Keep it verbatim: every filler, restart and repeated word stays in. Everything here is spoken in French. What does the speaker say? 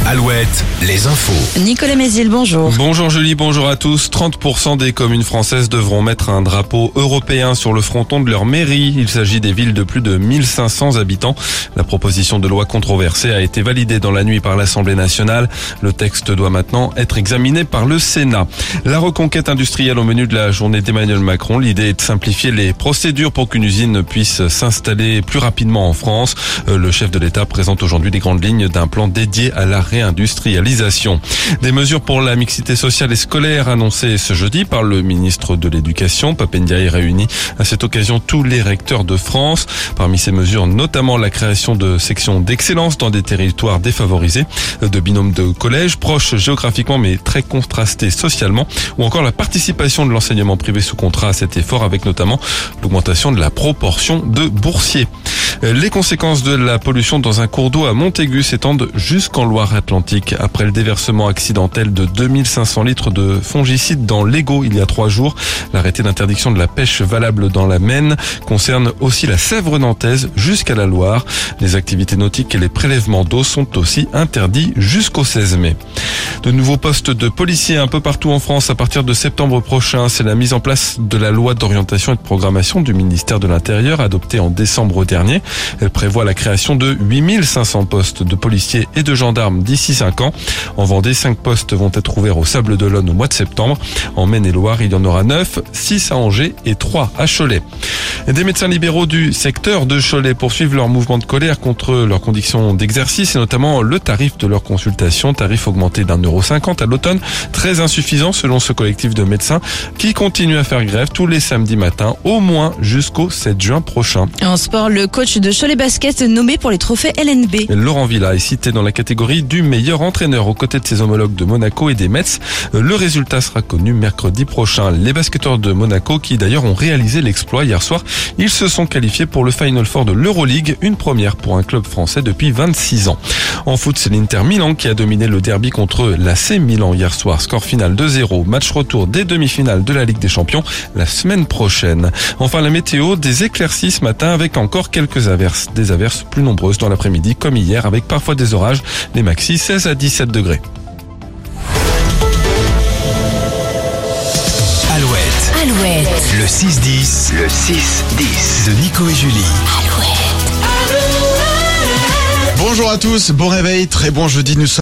Alouette, les infos. Nicolas Mézil, bonjour. Bonjour Julie, bonjour à tous. trente pour cent des communes françaises devront mettre un drapeau européen sur le fronton de leur mairie. Il s'agit des villes de plus de mille cinq cents habitants. La proposition de loi controversée a été validée dans la nuit par l'Assemblée nationale. Le texte doit maintenant être examiné par le Sénat. La reconquête industrielle au menu de la journée d'Emmanuel Macron. L'idée est de simplifier les procédures pour qu'une usine puisse s'installer plus rapidement en France. Le chef de l'État présente aujourd'hui les grandes lignes d'un plan dédié à la réindustrialisation. Des mesures pour la mixité sociale et scolaire annoncées ce jeudi par le ministre de l'Éducation. Pape Ndiaye réunit à cette occasion tous les recteurs de France. Parmi ces mesures, notamment la création de sections d'excellence dans des territoires défavorisés, de binômes de collèges proches géographiquement mais très contrastés socialement, ou encore la participation de l'enseignement privé sous contrat à cet effort, avec notamment l'augmentation de la proportion de boursiers. Les conséquences de la pollution dans un cours d'eau à Montaigu s'étendent jusqu'en Loire-Atlantique. Après le déversement accidentel de deux mille cinq cents litres de fongicides dans l'Ego il y a trois jours, l'arrêté d'interdiction de la pêche valable dans la Maine concerne aussi la Sèvre nantaise jusqu'à la Loire. Les activités nautiques et les prélèvements d'eau sont aussi interdits jusqu'au seize mai. De nouveaux postes de policiers un peu partout en France à partir de septembre prochain. C'est la mise en place de la loi d'orientation et de programmation du ministère de l'Intérieur adoptée en décembre dernier. Elle prévoit la création de huit mille cinq cents postes de policiers et de gendarmes d'ici cinq ans. En Vendée, cinq postes vont être ouverts au Sables-d'Olonne au mois de septembre. En Maine-et-Loire, il y en aura neuf, six à Angers et trois à Cholet. Des médecins libéraux du secteur de Cholet poursuivent leur mouvement de colère contre leurs conditions d'exercice et notamment le tarif de leur consultation, tarif augmenté d'un euro cinquante à l'automne, très insuffisant selon ce collectif de médecins qui continue à faire grève tous les samedis matins, au moins jusqu'au sept juin prochain. En sport, le coach de Cholet Basket nommé pour les trophées L N B. Laurent Villa est cité dans la catégorie du meilleur entraîneur aux côtés de ses homologues de Monaco et des Mets. Le résultat sera connu mercredi prochain. Les basketteurs de Monaco, qui d'ailleurs ont réalisé l'exploit hier soir, ils se sont qualifiés pour le Final Four de l'Euroleague, une première pour un club français depuis vingt-six ans. En foot, c'est l'Inter Milan qui a dominé le derby contre l'A C Milan hier soir. Score final deux zéro. Match retour des demi-finales de la Ligue des Champions la semaine prochaine. Enfin, la météo, des éclaircies ce matin avec encore quelques averses. Des averses plus nombreuses dans l'après-midi comme hier avec parfois des orages. Les maxi seize à dix-sept degrés. Alouette. Alouette. Le six dix. Le six dix. De Nico et Julie. Alouette. Bonjour à tous, bon réveil, très bon jeudi, nous sommes